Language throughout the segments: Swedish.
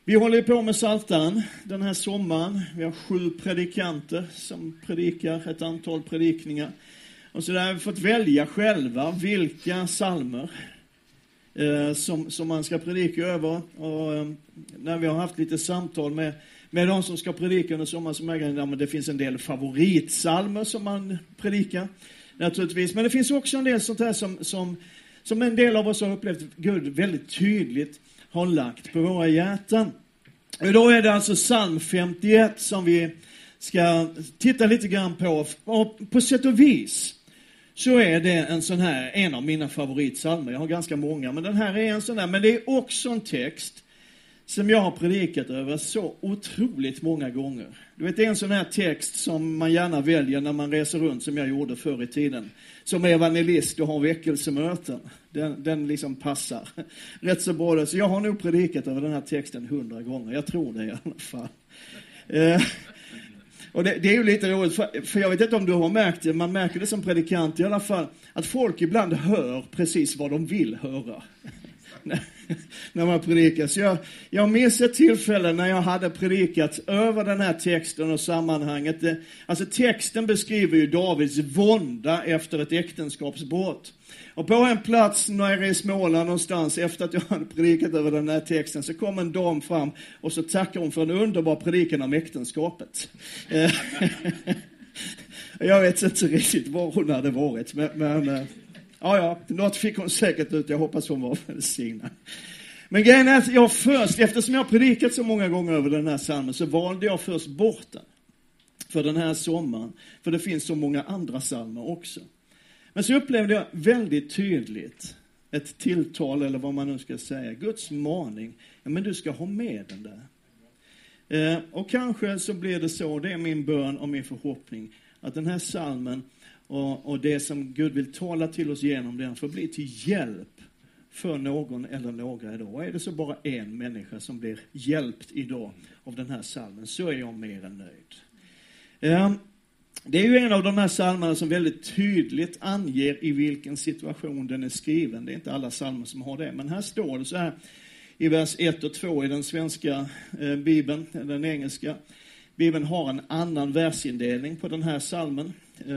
Vi håller på med Psaltaren den här sommaren. Vi har 7 predikanter som predikar ett antal predikningar. Och så där har vi fått välja själva vilka psalmer som man ska predika över. Och när vi har haft lite samtal med de som ska predika under sommaren så märker jag att det finns en del favoritsalmer som man predikar. Naturligtvis. Men det finns också en del sånt här som en del av oss har upplevt Gud väldigt tydligt har lagt på våra hjärtan. Och då är det alltså psalm 51 som vi ska titta lite grann på. Och på sätt och vis så är det en av mina favoritsalmer. Jag har ganska många, men den här är en sån där. Men det är också en text som jag har predikat över så otroligt många gånger. Du vet, det är en sån här text som man gärna väljer när man reser runt, som jag gjorde förr i tiden. Som evangelist och har väckelsemöten. Den liksom passar rätt så bra. Så jag har nog predikat över den här texten 100 gånger. Jag tror det i alla fall. Och det är ju lite roligt, för jag vet inte om du har märkt det, man märker det som predikant i alla fall, att folk ibland hör precis vad de vill höra. När man predikar. Så jag minns ett tillfälle när jag hade predikat över den här texten och sammanhanget. Alltså texten beskriver ju Davids vånda efter ett äktenskapsbrott. Och på en plats nere i Småland någonstans, efter att jag hade predikat över den här texten, så kom en dam fram och så tackade hon för en underbar predikan om äktenskapet. Jag vet inte riktigt var hon hade varit, men ja, något fick hon säkert ut. Jag hoppas hon var välsignad. Men grejen är att jag först, eftersom jag har predikat så många gånger över den här psalmen, så valde jag först bort den för den här sommaren. För det finns så många andra psalmer också. Men så upplevde jag väldigt tydligt ett tilltal, eller vad man nu ska säga, Guds maning. Ja, men du ska ha med den där. Och kanske så blir det så, det är min bön och min förhoppning, att den här psalmen och det som Gud vill tala till oss genom den får bli till hjälp för någon eller några idag. Och är det så bara en människa som blir hjälpt idag av den här psalmen, så är jag mer än nöjd. Det är ju en av de här psalmerna som väldigt tydligt anger i vilken situation den är skriven. Det är inte alla psalmer som har det, men här står det så här i vers 1 och 2 i den svenska bibeln, den engelska. Bibeln har en annan versindelning på den här psalmen.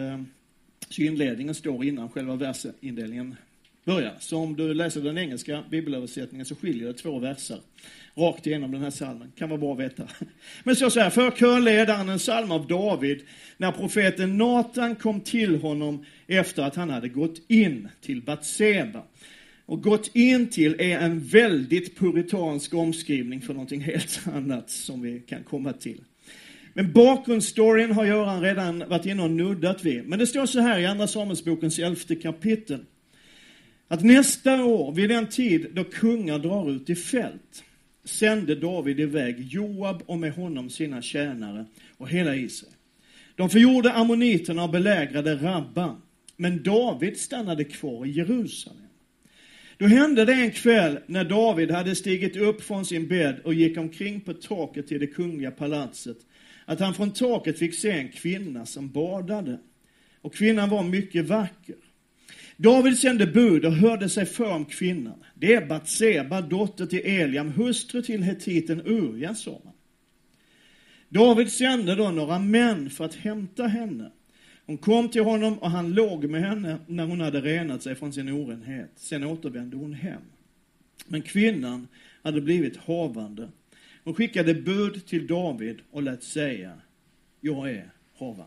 Så inledningen står innan själva versindelningen börjar. Så om du läser den engelska bibelöversättningen så skiljer det 2 verser rakt igenom den här psalmen. Kan vara bra att veta. Men så här, för körledaren en psalm av David när profeten Natan kom till honom efter att han hade gått in till Batseba. Och gått in till är en väldigt puritansk omskrivning för någonting helt annat som vi kan komma till. Men bakgrundsstoryn har Göran redan varit inne och nuddat vid. Men det står så här i andra Samuelsbokens 11:e kapitel. Att nästa år, vid den tid då kungar drar ut i fält, sände David iväg Joab och med honom sina tjänare och hela Israel. De förgjorde ammoniterna och belägrade Rabba. Men David stannade kvar i Jerusalem. Då hände det en kväll när David hade stigit upp från sin bädd och gick omkring på taket till det kungliga palatset, att han från taket fick se en kvinna som badade. Och kvinnan var mycket vacker. David sände bud och hörde sig för om kvinnan. Det är Batseba, dotter till Eliam, hustru till hetiten Urja, sa man. David sände då några män för att hämta henne. Hon kom till honom och han låg med henne när hon hade renat sig från sin orenhet. Sen återvände hon hem. Men kvinnan hade blivit havande. Hon skickade bud till David och lät säga: jag är havande.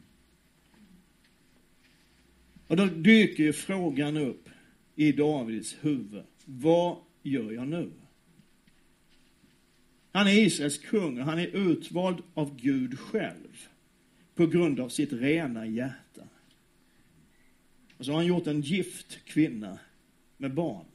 Och då dyker ju frågan upp i Davids huvud. Vad gör jag nu? Han är Israels kung och han är utvald av Gud själv på grund av sitt rena hjärta. Och så har han gjort en gift kvinna med barn.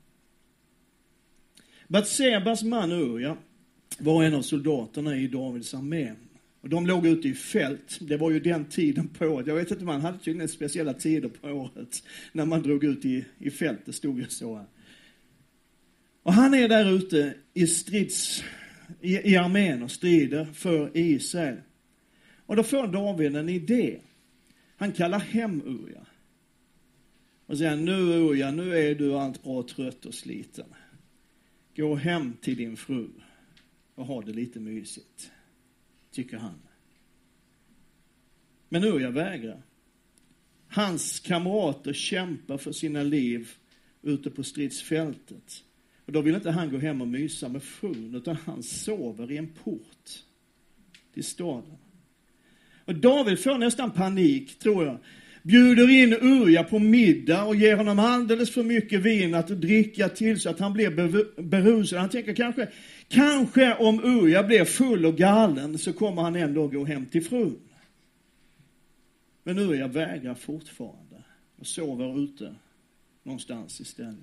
Batsebas man Urja var en av soldaterna i Davids armé. Och de låg ute i fält. Det var ju den tiden på året. Jag vet inte, man hade tydligen speciella tider på året när man drog ut i fält. Det stod ju så här. Och han är där ute i armén och strider för Israel. Och då får David en idé. Han kallar hem Urja. Och säger: nu Urja, nu är du allt bra trött och sliten. Gå hem till din fru och ha det lite mysigt, tycker han. Men Urja vägrar. Hans kamrater kämpar för sina liv ute på stridsfältet. Och då vill inte han gå hem och mysa med frun, utan han sover i en port till staden. Och David får nästan panik, tror jag. Bjuder in Urja på middag och ger honom alldeles för mycket vin att dricka till så att han blir berusad. Han tänker kanske om Urja blir full och galen så kommer han ändå gå hem till frun. Men Urja vägrar fortfarande och sover ute någonstans istället.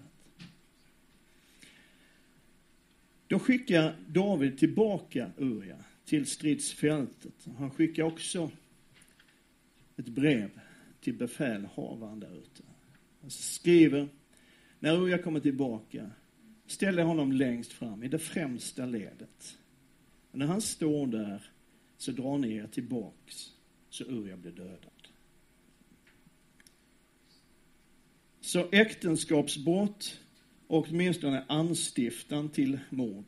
Då skickar David tillbaka Urja till stridsfältet. Han skickar också ett brev till befälhavaren där ute. Han skriver, när Urja kommer tillbaka, ställer honom längst fram i det främsta ledet. Och när han står där så drar ni er tillbaks så Urja blir dödad. Så äktenskapsbrott och åtminstone anstiftan till mord.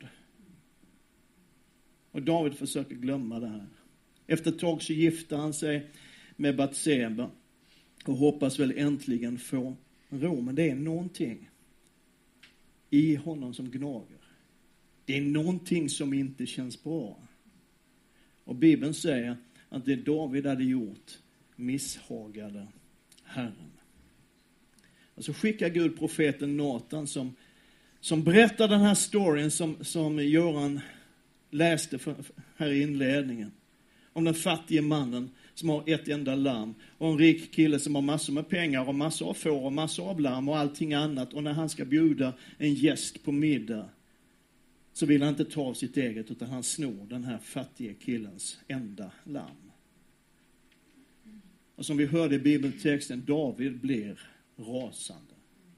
Och David försöker glömma det här. Efter ett tag så gifter han sig med Batseba och hoppas väl äntligen få ro. Men det är någonting i honom som gnager. Det är någonting som inte känns bra. Och Bibeln säger att det David hade gjort misshagade Herren. Och så skickar Gud profeten Nathan som berättar den här storyn som Göran läste här i inledningen. Om den fattige mannen som har ett enda lamm. Och en rik kille som har massor med pengar och massor av får och massor av lamm och allting annat. Och när han ska bjuda en gäst på middag så vill han inte ta av sitt eget utan han snor den här fattige killens enda lamm. Och som vi hörde i bibeltexten, David blir rasande.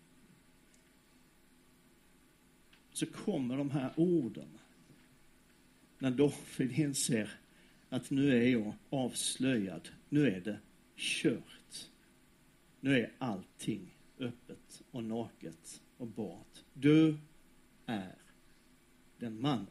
Så kommer de här orden när David inser att nu är jag avslöjad. Nu är det kört. Nu är allting öppet och naket och bart. Du är den mannen.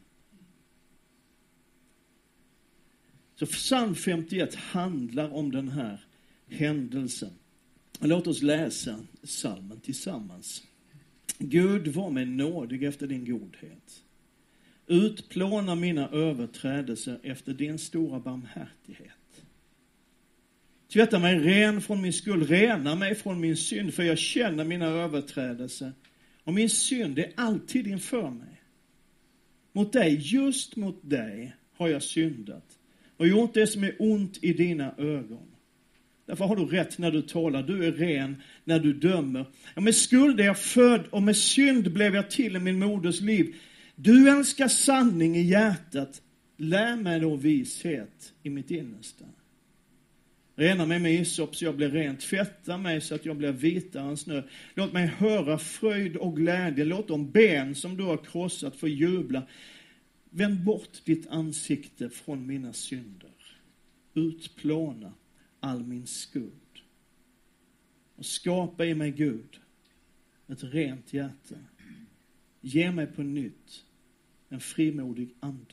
Så psalm 51 handlar om den här händelsen. Låt oss läsa psalmen tillsammans. Gud, var mig nådig efter din godhet. Utplåna mina överträdelser efter din stora barmhärtighet. Tvätta mig ren från min skuld, rena mig från min synd, för jag känner mina överträdelser. Och min synd är alltid inför mig. Mot dig, just mot dig, har jag syndat och gjort det som är ont i dina ögon. Därför har du rätt när du talar. Du är ren när du dömer. Ja, med skuld är jag född och med synd blev jag till i min moders liv. Du älskar sanning i hjärtat. Lär mig då vishet i mitt innersta. Rena mig med isop så jag blir ren. Tvätta mig så att jag blir vitare än snö. Låt mig höra fröjd och glädje. Låt de ben som du har krossat få jubla. Vänd bort ditt ansikte från mina synder. Utplåna all min skuld. Och skapa i mig, Gud, ett rent hjärta. Ge mig på nytt en frimodig ande.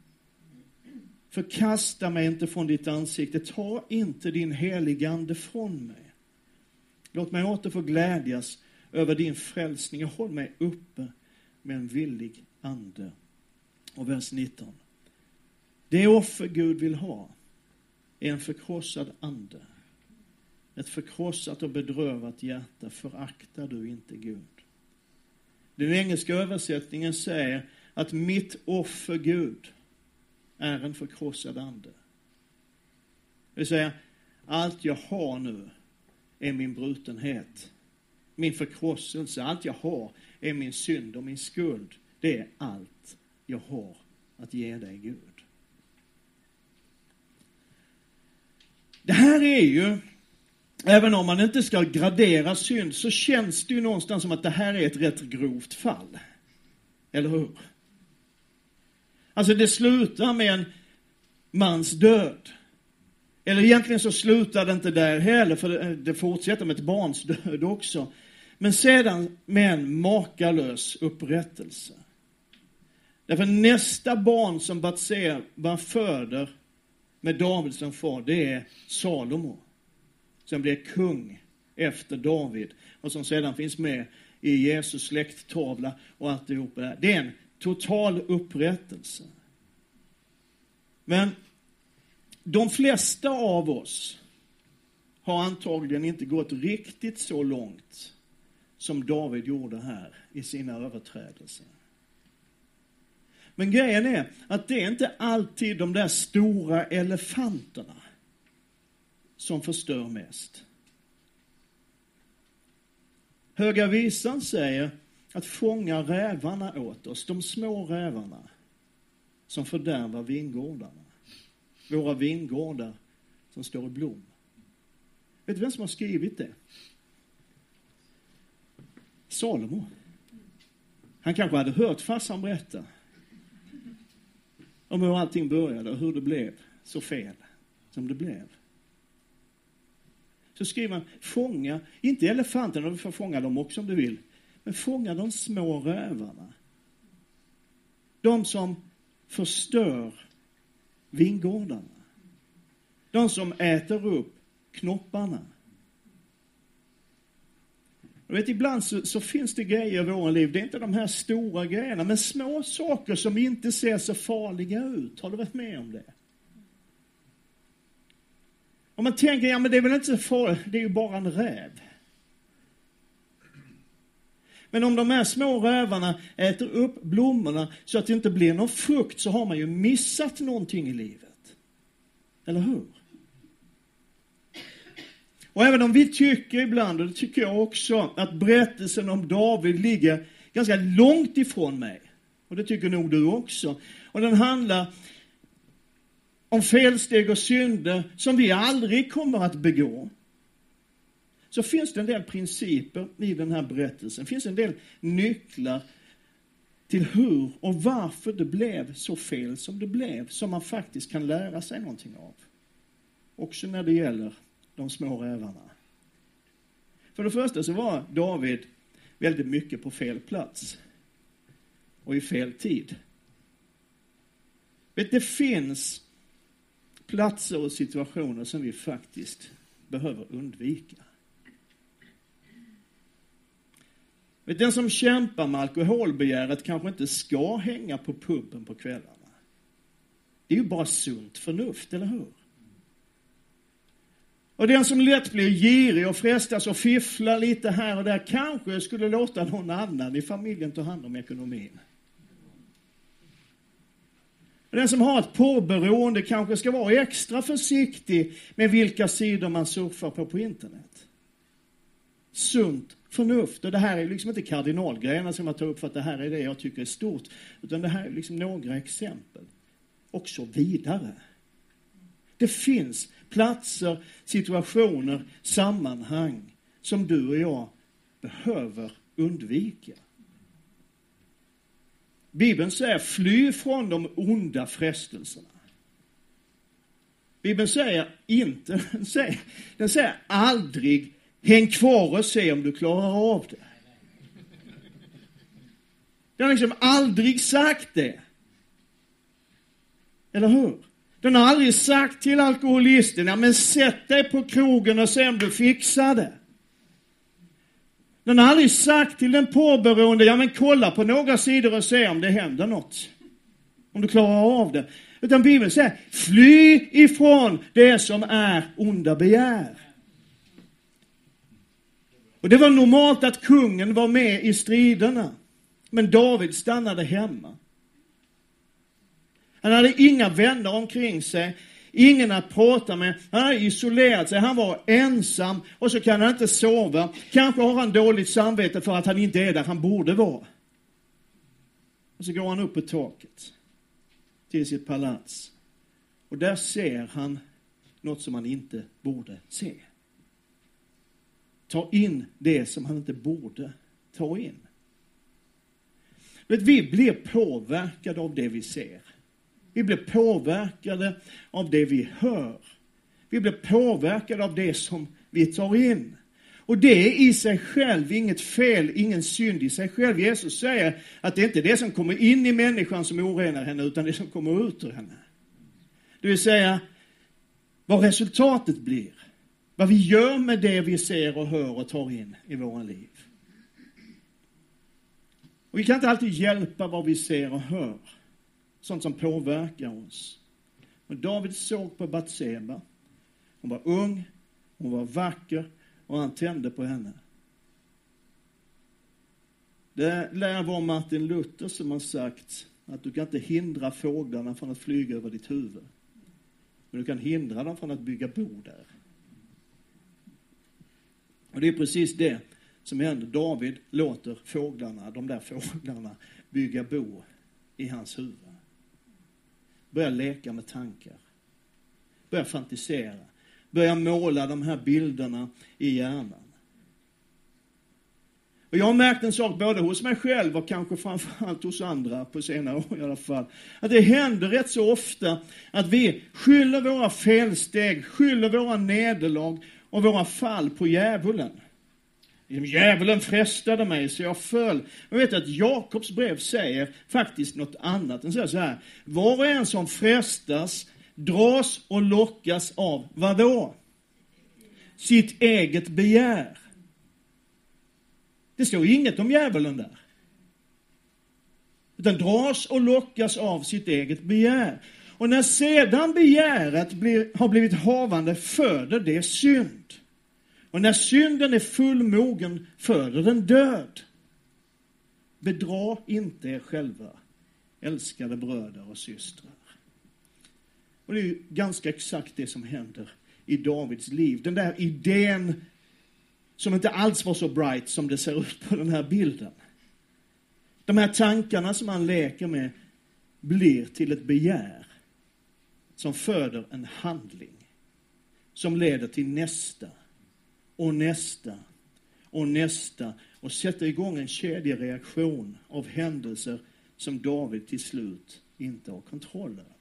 Förkasta mig inte från ditt ansikte. Ta inte din heliga ande från mig. Låt mig åter få glädjas över din frälsning. Håll mig uppe med en villig ande. Och vers 19. Det offer Gud vill ha är en förkrossad ande. Ett förkrossat och bedrövat hjärta föraktar du inte, Gud. Den engelska översättningen säger att mitt offer, Gud, är en förkrossad ande. Det vill säga, allt jag har nu är min brutenhet. Min förkrosselse, allt jag har är min synd och min skuld. Det är allt jag har att ge dig, Gud. Det här är ju, även om man inte ska gradera synd, så känns det ju någonstans som att det här är ett rätt grovt fall. Eller hur? Alltså det slutar med en mans död. Eller egentligen så slutar det inte där heller, för det fortsätter med ett barns död också. Men sedan med en makalös upprättelse. Därför nästa barn som Batseba föder med David som far, det är Salomo. Som blir kung efter David och som sedan finns med i Jesus släkttavla och alltihop det där. Det är en total upprättelse. Men de flesta av oss har antagligen inte gått riktigt så långt som David gjorde här i sina överträdelser. Men grejen är att det är inte alltid de där stora elefanterna som förstör mest. Höga visan säger att fånga rävarna åt oss, de små rävarna som fördärvar vingårdarna. Våra vingårdar som står i blom. Vet du vem som har skrivit det? Salomo. Han kanske hade hört farsan berätta om hur allting började och hur det blev så fel som det blev. Så skriver man, fånga, inte elefanterna, du får fånga dem också om du vill, men fånga de små rävarna. De som förstör vingårdarna. De som äter upp knopparna. Jag vet, ibland så finns det grejer i våra liv. Det är inte de här stora grejerna, men små saker som inte ser så farliga ut. Har du varit med om det? Om man tänker, ja men det är väl inte så farligt, det är ju bara en räv. Men om de här små rävarna äter upp blommorna så att det inte blir någon frukt, så har man ju missat någonting i livet. Eller hur? Och även om vi tycker ibland, och det tycker jag också, att berättelsen om David ligger ganska långt ifrån mig. Och det tycker nog du också. Och den handlar om felsteg och synder som vi aldrig kommer att begå. Så finns det en del principer i den här berättelsen. Det finns en del nycklar till hur och varför det blev så fel som det blev. Som man faktiskt kan lära sig någonting av. Också när det gäller de små rävarna. För det första så var David väldigt mycket på fel plats. Och i fel tid. Vet, det finns platser och situationer som vi faktiskt behöver undvika. Vet, den som kämpar med alkoholbegäret kanske inte ska hänga på puben på kvällarna. Det är ju bara sunt förnuft, eller hur? Och den som lätt blir girig och frestas och fifflar lite här och där kanske skulle låta någon annan i familjen ta hand om ekonomin. Och den som har ett påberoende kanske ska vara extra försiktig med vilka sidor man surfar på internet. Sunt förnuft. Och det här är liksom inte kardinalgrejerna som jag tar upp för att det här är det jag tycker är stort. Utan det här är liksom några exempel. Och så vidare. Det finns platser, situationer, sammanhang som du och jag behöver undvika. Bibeln säger fly från de onda frestelserna. Bibeln säger inte, den säger aldrig häng kvar och se om du klarar av det. Den har liksom aldrig sagt det. Eller hur? Den har aldrig sagt till alkoholisterna, men sätt dig på krogen och se om du fixar det. Den har aldrig sagt till den påberoende, ja men kolla på några sidor och se om det händer något. Om du klarar av det. Utan Bibeln säger, fly ifrån det som är onda begär. Och det var normalt att kungen var med i striderna. Men David stannade hemma. Han hade inga vänner omkring sig. Ingen att prata med. Han hade isolerat sig. Han var ensam. Och så kan han inte sova. Kanske har han dåligt samvete för att han inte är där han borde vara. Och så går han upp på taket. Till sitt palats. Och där ser han något som han inte borde se. Ta in det som han inte borde ta in. Vi blir påverkade av det vi ser. Vi blir påverkade av det vi hör. Vi blir påverkade av det som vi tar in. Och det är i sig själv inget fel, ingen synd i sig själv. Jesus säger att det inte är det som kommer in i människan som orenar henne, utan det som kommer ut ur henne. Det vill säga, vad resultatet blir. Vad vi gör med det vi ser och hör och tar in i våra liv. Och vi kan inte alltid hjälpa vad vi ser och hör. Sånt som påverkar oss. Men David såg på Batseba. Hon var ung, hon var vacker och han tände på henne. Det lär vara Martin Luther som har sagt att du kan inte hindra fåglarna från att flyga över ditt huvud. Men du kan hindra dem från att bygga bo där. Och det är precis det som händer. David låter de där fåglarna bygga bo i hans huvud. Börja leka med tankar. Börja fantisera. Börja måla de här bilderna i hjärnan. Och jag har märkt en sak både hos mig själv och kanske framförallt hos andra på senare år i alla fall. Att det händer rätt så ofta att vi skyller våra felsteg, skyller våra nederlag och våra fall på djävulen. Djävulen frestade mig så jag föll. Jag vet att Jakobs brev säger faktiskt något annat. Den säger så här: var och en som frestas dras och lockas av vad då? Sitt eget begär. Det står inget om djävulen där. Utan dras och lockas av sitt eget begär. Och när sedan begäret har blivit havande föder det synd. Och när synden är fullmogen föder den död. Bedra inte er själva, älskade bröder och systrar. Och det är ju ganska exakt det som händer i Davids liv. Den där idén som inte alls var så bright som det ser ut på den här bilden. De här tankarna som han leker med blir till ett begär som föder en handling som leder till nästa och nästa och nästa och sätter igång en kedjereaktion av händelser som David till slut inte har kontroll över.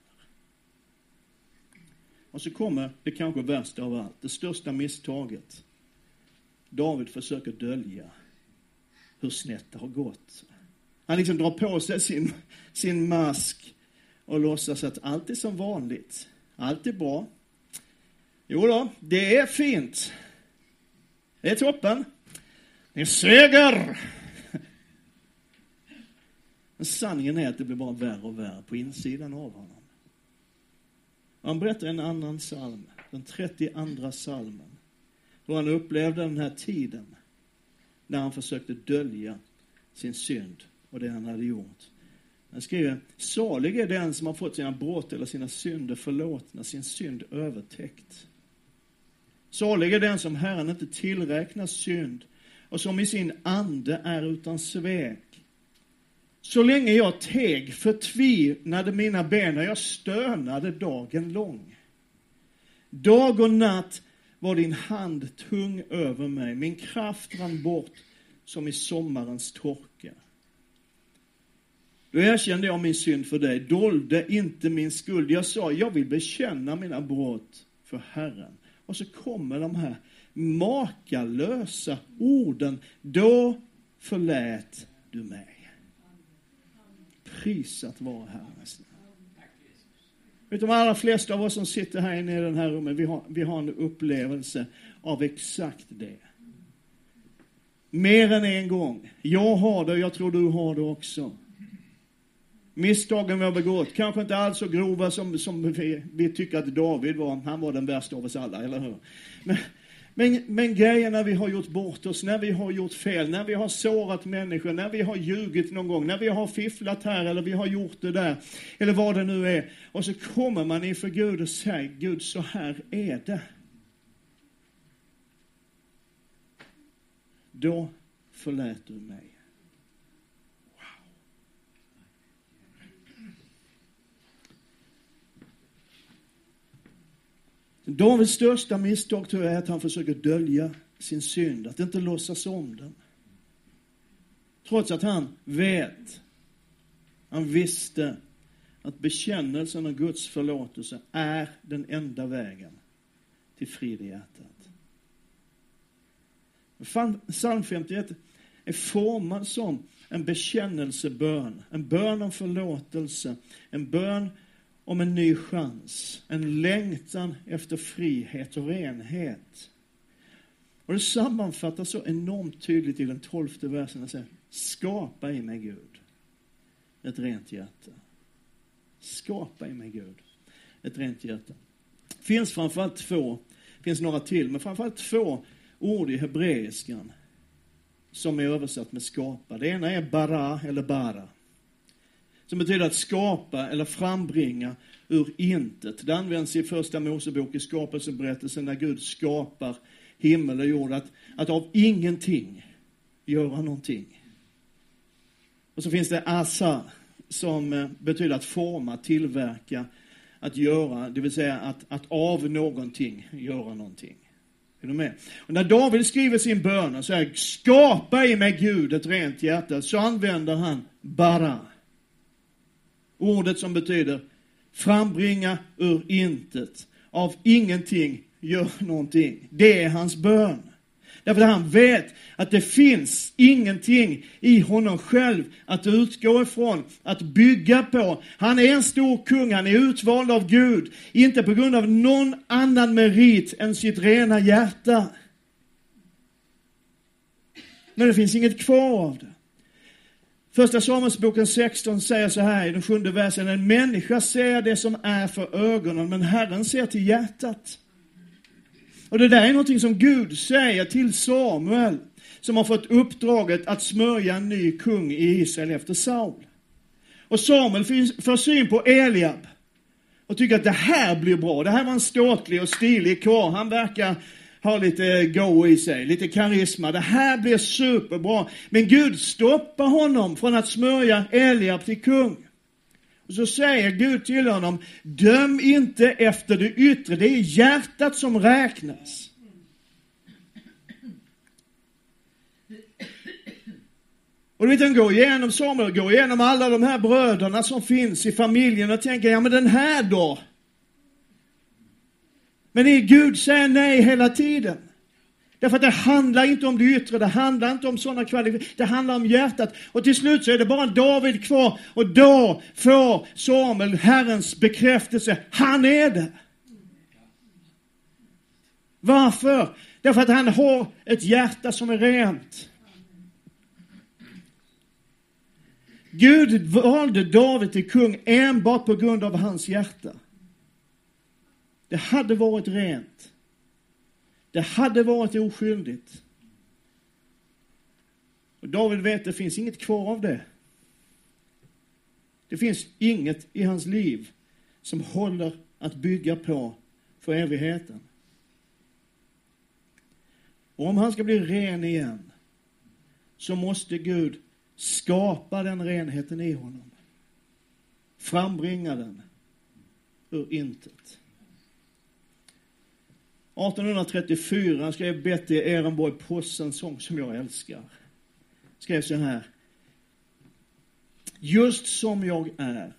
Och så kommer det kanske värsta av allt, det största misstaget. David försöker dölja hur snett det har gått. Han liksom drar på sig sin mask och låtsas att allt är som vanligt. Allt är bra. Jo då, det är fint. Det är toppen. Det är seger. Men sanningen är att det blir bara värre och värre på insidan av honom. Han berättar en annan psalm, den 32:a psalmen. Hur han upplevde den här tiden när han försökte dölja sin synd och det han hade gjort. Han skriver: salig är den som har fått sina brott eller sina synder förlåtna, sin synd övertäckt. Salig är den som Herren inte tillräknar synd och som i sin ande är utan svek. Så länge jag teg förtvinade mina ben och jag stönade dagen lång. Dag och natt var din hand tung över mig. Min kraft rann bort som i sommarens torka. Då erkände jag min synd för dig, dolde inte min skuld. Jag sa, jag vill bekänna mina brott för Herren. Och så kommer de här makalösa orden. Då förlät du mig. Prisat vara Herrens namn. Vet du, de allra flesta av oss som sitter här inne i den här rummet, vi har en upplevelse av exakt det. Mer än en gång. Jag har det och jag tror du har det också. Misstagen vi har begått, kanske inte alls så grova som vi tycker att David var. Han var den värsta av oss alla, eller hur? Men grejerna vi har gjort bort oss, när vi har gjort fel, när vi har sårat människor, när vi har ljugit någon gång, när vi har fifflat här eller vi har gjort det där, eller vad det nu är. Och så kommer man inför Gud och säger, Gud, så här är det. Då förlät du mig. Davids största misstag tror jag är att han försöker dölja sin synd. Att inte låtsas om den. Trots att han visste att bekännelsen av Guds förlåtelse är den enda vägen till frid i hjärtat. Psalm 51 är formad som en bekännelsebön, en bön om förlåtelse, en bön om en ny chans, en längtan efter frihet och renhet. Och det sammanfattas så enormt tydligt i den 12:e versen. Säger, skapa i mig Gud ett rent hjärta. Skapa i mig Gud ett rent hjärta. Finns framförallt finns några till, men framförallt 2 ord i hebreiskan som är översatt med skapa. Det ena är bara eller bara, som betyder att skapa eller frambringa ur intet. Det används i första Mosebok i skapelseberättelsen när Gud skapar himmel och jord, att av ingenting göra någonting. Och så finns det asa som betyder att forma, tillverka, att göra, det vill säga att av någonting göra någonting. Är du med? Och när David skriver sin bön och säger skapa i mig Gud ett rent hjärta, så använder han bara. Ordet som betyder frambringa ur intet, av ingenting gör någonting. Det är hans bön. Därför att han vet att det finns ingenting i honom själv att utgå ifrån, att bygga på. Han är en stor kung, han är utvald av Gud, inte på grund av någon annan merit än sitt rena hjärta. Men det finns inget kvar av det. Första Samuelsboken 16 säger så här i den 7:e versen: en människa ser det som är för ögonen, men Herren ser till hjärtat. Och det där är någonting som Gud säger till Samuel, som har fått uppdraget att smörja en ny kung i Israel efter Saul. Och Samuel får syn på Eliab och tycker att det här blir bra. Det här var en ståtlig och stilig karl. Han verkar ha lite go i sig, lite karisma. Det här blir superbra. Men Gud stoppar honom från att smörja Eliab till kung. Och så säger Gud till honom: döm inte efter det yttre, det är hjärtat som räknas. Och du vet, han går igenom Samuel, går igenom alla de här bröderna som finns i familjen och tänker, ja men den här då? Men Gud säger nej hela tiden. Därför att det handlar inte om det yttre, det handlar inte om sådana kvaliteter, det handlar om hjärtat. Och till slut så är det bara David kvar, och då får Samuel Herrens bekräftelse. Han är det. Varför? Därför att han har ett hjärta som är rent. Gud valde David till kung enbart på grund av hans hjärta. Det hade varit rent. Det hade varit oskyldigt. Och David vet att det finns inget kvar av det. Det finns inget i hans liv som håller att bygga på för evigheten. Och om han ska bli ren igen, så måste Gud skapa den renheten i honom. Frambringa den ur intet. 1834 skrev Betty Ehrenborg Poss en sång som jag älskar. Skrev så här: just som jag är,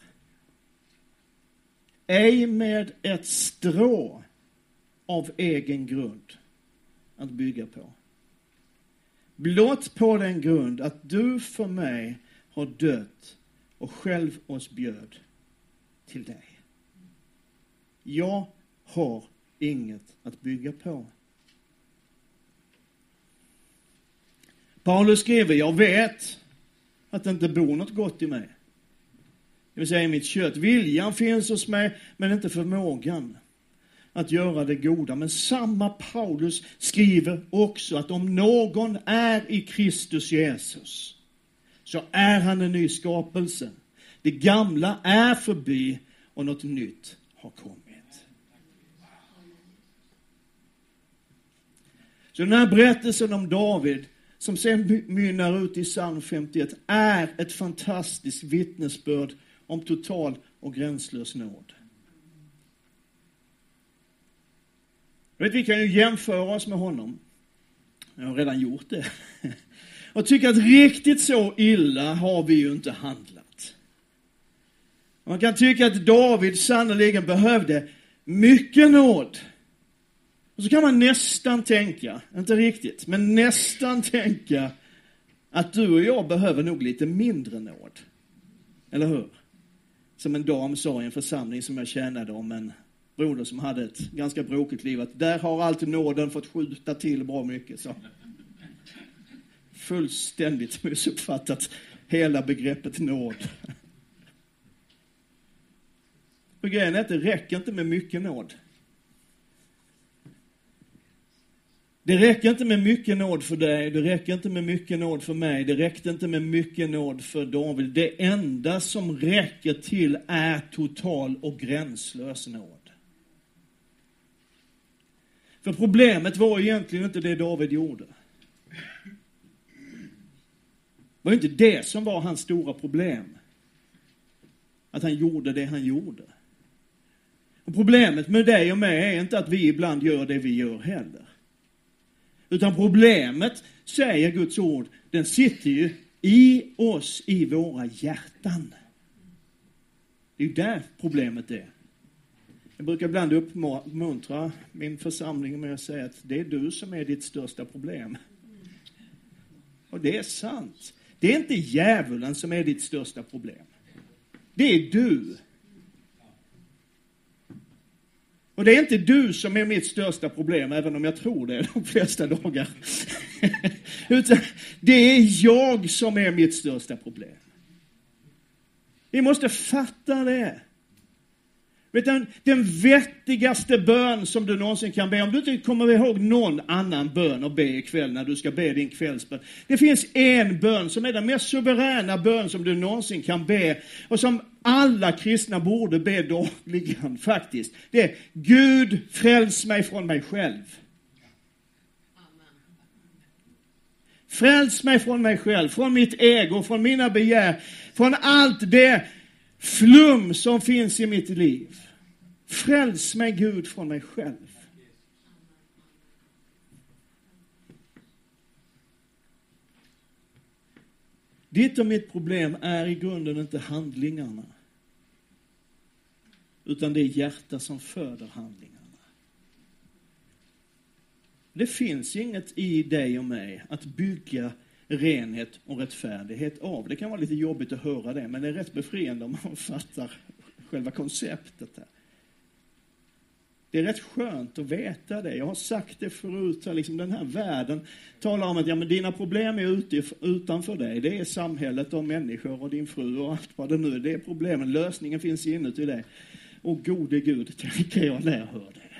ej med ett strå av egen grund att bygga på. Blott på den grund att du för mig har dött och själv oss bjöd till dig. Jag har inget att bygga på. Paulus skriver: jag vet att det inte bor något gott i mig. Det vill säga i mitt kött. Viljan finns hos mig, men inte förmågan att göra det goda. Men samma Paulus skriver också att om någon är i Kristus Jesus, så är han en ny skapelse. Det gamla är förbi och något nytt har kommit. Så den här berättelsen om David, som sen mynnar ut i Psalm 51, är ett fantastiskt vittnesbörd om total och gränslös nåd. Vi kan ju jämföra oss med honom. Jag har redan gjort det. Och tycker att riktigt så illa har vi ju inte handlat. Man kan tycka att David sannoliken behövde mycket nåd. Och så kan man nästan tänka, inte riktigt, men nästan tänka att du och jag behöver nog lite mindre nåd. Eller hur? Som en dam sa i en församling som jag tjänade om en broder som hade ett ganska brokigt liv. Att där har alltid nåden fått skjuta till bra mycket. Så. Fullständigt missuppfattat hela begreppet nåd. Och grejen är att det räcker inte med mycket nåd. Det räcker inte med mycket nåd för dig, det räcker inte med mycket nåd för mig, det räckte inte med mycket nåd för David. Det enda som räcker till är total och gränslös nåd. För problemet var egentligen inte det David gjorde. Det var inte det som var hans stora problem. Att han gjorde det han gjorde. Och problemet med dig och mig är inte att vi ibland gör det vi gör heller. Utan problemet, säger Guds ord, den sitter ju i oss, i våra hjärtan. Det är ju där problemet är. Jag brukar ibland uppmuntra min församling med att säga att det är du som är ditt största problem. Och det är sant. Det är inte djävulen som är ditt största problem. Det är du. Och det är inte du som är mitt största problem, även om jag tror det de flesta dagar. Utan det är jag som är mitt största problem. Vi måste fatta det. Vet du, den vettigaste bön som du någonsin kan be, om du inte kommer ihåg någon annan bön att be ikväll när du ska be din kvällsbön. Det finns en bön som är den mest suveräna bön som du någonsin kan be och som alla kristna borde be dagligen faktiskt. Det är: Gud, fräls mig från mig själv. Fräls mig från mig själv, från mitt ego, från mina begär, från allt det flum som finns i mitt liv. Fräls mig, Gud, från mig själv. Ditt och mitt problem är i grunden inte handlingarna, utan det är hjärta som föder handlingarna. Det finns inget i dig och mig att bygga renhet och rättfärdighet av. Det kan vara lite jobbigt att höra det, men det är rätt befriande om man fattar själva konceptet här. Det är rätt skönt att veta det. Jag har sagt det förut, liksom den här världen talar om att men dina problem är utanför dig. Det är samhället och människor och din fru och allt vad det nu är. Det är problemen. Lösningen finns inuti dig. Och gode Gud, tänker jag när jag hör det.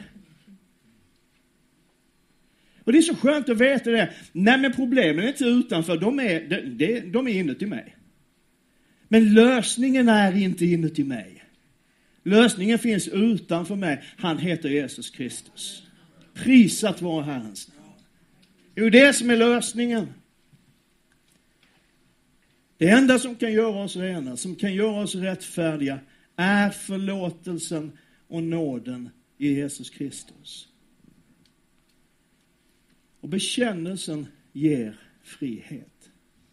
Och det är så skönt att veta det. Nej, men problemen är inte utanför. De är inuti mig. Men lösningen är inte inuti mig. Lösningen finns utanför mig. Han heter Jesus Kristus. Prisat vare Herrens namn. Det är det som är lösningen. Det enda som kan göra oss rena, som kan göra oss rättfärdiga, är förlåtelsen och nåden i Jesus Kristus. Och bekännelsen ger frihet.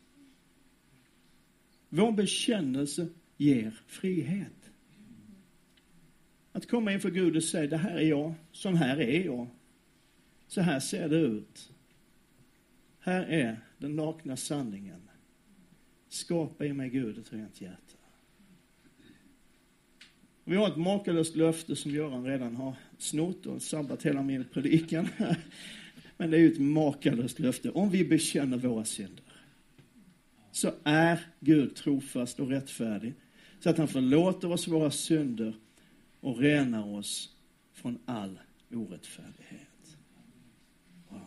Vår bekännelse ger frihet. Att komma inför Gud och säga: det här är jag, sån här är jag. Så här ser det ut. Här är den nakna sanningen. Skapa i mig, Gud, ett rent hjärta. Vi har ett makalöst löfte som Göran redan har snott och sabbat hela min predikan. Men det är ju ett makalöst löfte. Om vi bekänner våra synder, så är Gud trofast och rättfärdig, så att han förlåter oss våra synder och renar oss från all orättfärdighet. Wow.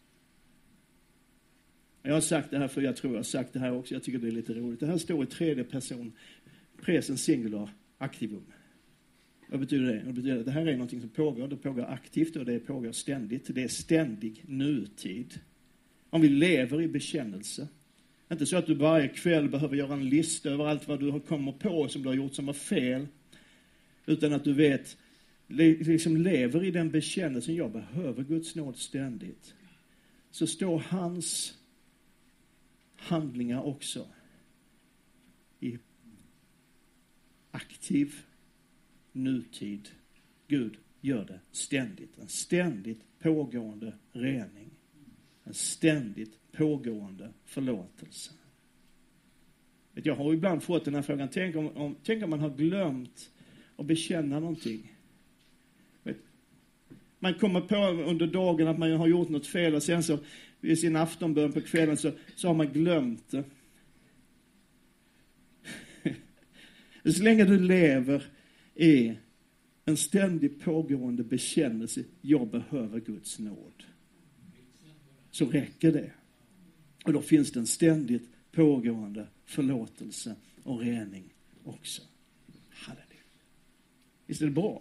Jag har sagt det här, för jag tror jag har sagt det här också. Jag tycker det är lite roligt. Det här står i tredje person, presens singular aktivum. Vad betyder det? Det betyder att det här är någonting som pågår. Det pågår aktivt och det pågår ständigt. Det är ständig nutid. Om vi lever i bekännelse. Inte så att du varje kväll behöver göra en lista över allt vad du kommer på som du har gjort som var fel. Utan att du vet, liksom lever i den bekännelsen: jag behöver Guds nåd ständigt. Så står hans handlingar också i aktiv nutid. Gud, gör det ständigt. En ständigt pågående rening. En ständigt pågående förlåtelse. Jag har ibland fått den här frågan. Tänk om man har glömt att bekänna någonting. Man kommer på under dagen att man har gjort något fel och sen så vid sin aftonbön på kvällen så har man glömt det. Så länge du lever i en ständigt pågående bekännelse, jag behöver Guds nåd, så räcker det. Och då finns det en ständigt pågående förlåtelse och rening också. Halleluja. Visst är det bra?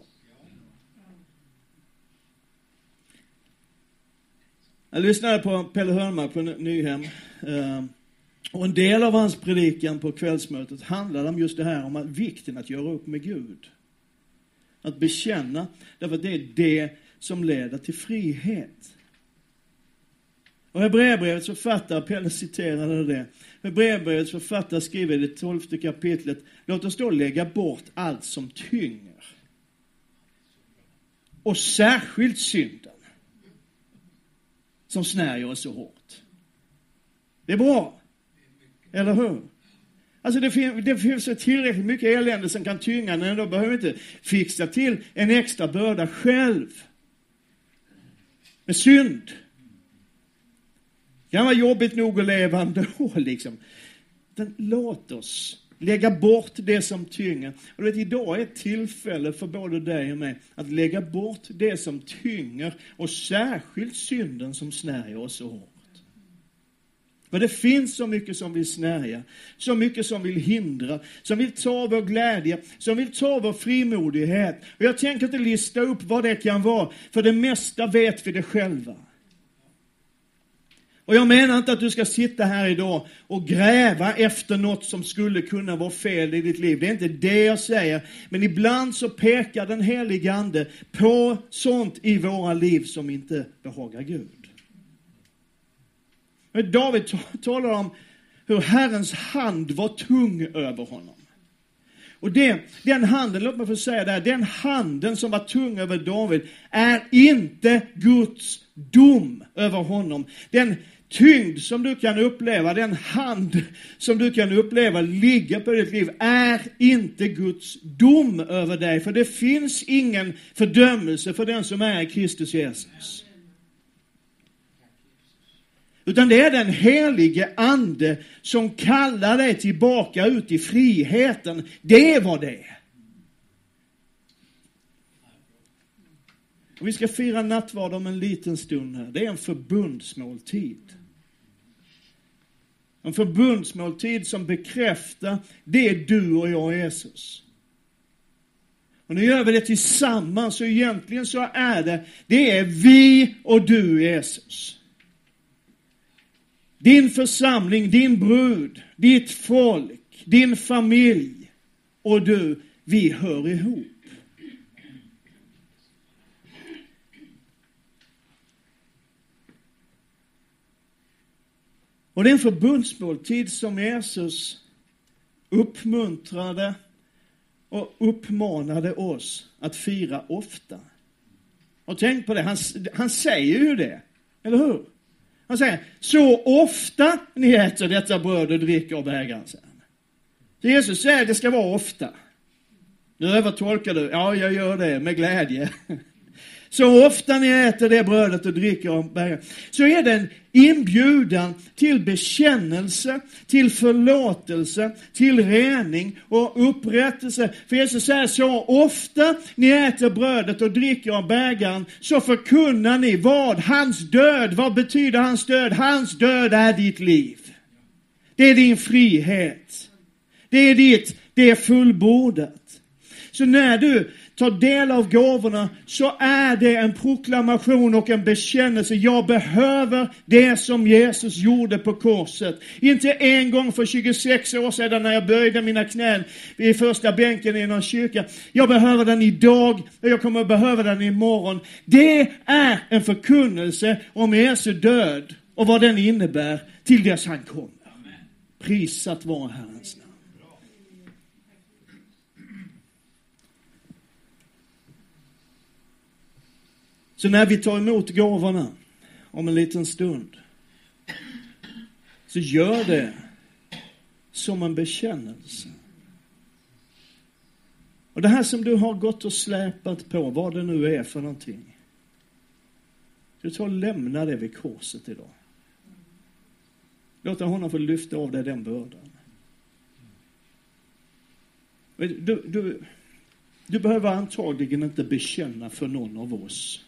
Jag lyssnade på Pelle Hörnmark på Nyhem. Och en del av hans predikan på kvällsmötet handlade om just det här, om att vikten att göra upp med Gud. Att bekänna, därför att det är det som leder till frihet. Och Hebreerbrevets författare, Pelle citerade det. Hebreerbrevets författare skriver i det 12:e kapitlet: låt oss då lägga bort allt som tynger. Och särskilt synden som snärjer oss så hårt. Det är bra. Eller hur? Alltså det finns så tillräckligt mycket elände som kan tynga, men då behöver vi inte fixa till en extra börda själv. Med synd. Det kan vara jobbigt nog att leva ändå liksom. Men låt oss lägga bort det som tynger. Och idag är ett tillfälle för både dig och mig att lägga bort det som tynger, och särskilt synden som snärjer oss så hårt. För det finns så mycket som vill snärja, så mycket som vill hindra, som vill ta vår glädje, som vill ta vår frimodighet. Och jag tänker inte lista upp vad det kan vara, för det mesta vet vi det själva. Och jag menar inte att du ska sitta här idag och gräva efter något som skulle kunna vara fel i ditt liv. Det är inte det jag säger. Men ibland så pekar den helige ande på sånt i våra liv som inte behagar Gud. David talar om hur Herrens hand var tung över honom. Och den handen, låt mig få säga det här, den handen som var tung över David är inte Guds dom över honom. Den tyngd som du kan uppleva, den hand som du kan uppleva ligga på ditt liv, är inte Guds dom över dig. För det finns ingen fördömelse för den som är Kristus Jesus. Utan det är den helige ande som kallar dig tillbaka ut i friheten. Det var det. Och vi ska fira nattvard om en liten stund här. Det är en förbundsmåltid. En förbundsmåltid som bekräftar det du och jag är Jesus. Och nu gör vi det tillsammans, så egentligen så är det är vi och du Jesus. Din församling, din brud, ditt folk, din familj och du, vi hör ihop. Och det är en förbundsmåltid som Jesus uppmuntrade och uppmanade oss att fira ofta. Och tänk på det, han säger ju det, eller hur? Han säger, så ofta ni äter detta bröd och dricker av bägaren. Så Jesus säger, det ska vara ofta. Nu övertolkar du, ja jag gör det med glädje. Så ofta ni äter det brödet och dricker av bägaren, så är det en inbjudan till bekännelse, till förlåtelse, till rening och upprättelse. För Jesus säger, så ofta ni äter brödet och dricker av bägaren, så förkunnar ni vad? Hans död. Vad betyder hans död? Hans död är ditt liv. Det är din frihet. Det är ditt, det är fullbordat. Så när du tar del av gåvorna, så är det en proklamation och en bekännelse. Jag behöver det som Jesus gjorde på korset. Inte en gång för 26 år sedan när jag böjde mina knän vid första bänken i någon kyrka. Jag behöver den idag och jag kommer att behöva den imorgon. Det är en förkunnelse om Jesu död och vad den innebär till dess han kommer. Prisat vare Herrens namn. Så när vi tar emot gåvorna om en liten stund, så gör det som en bekännelse. Och det här som du har gått och släpat på, vad det nu är för någonting, du tar och lämna det vid korset idag. Låt honom få lyfta av dig den bördan. Du behöver antagligen inte bekänna för någon av oss.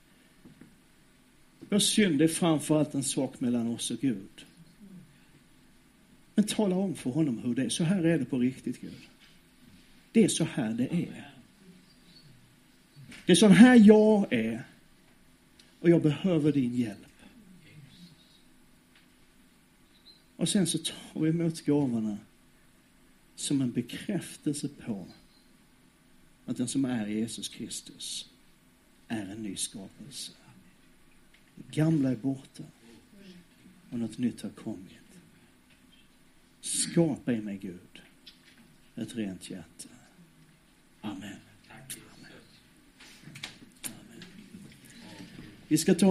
Vår synd är framförallt en sak mellan oss och Gud. Men tala om för honom hur det är. Så här är det på riktigt, Gud. Det är så här det är. Det är så här jag är. Och jag behöver din hjälp. Och sen så tar vi emot gåvorna som en bekräftelse på att den som är Jesus Kristus är en ny skapelse. Det gamla är borta och något nytt har kommit. Skapa i mig, Gud, ett rent hjärta. Amen. Amen. Vi ska ta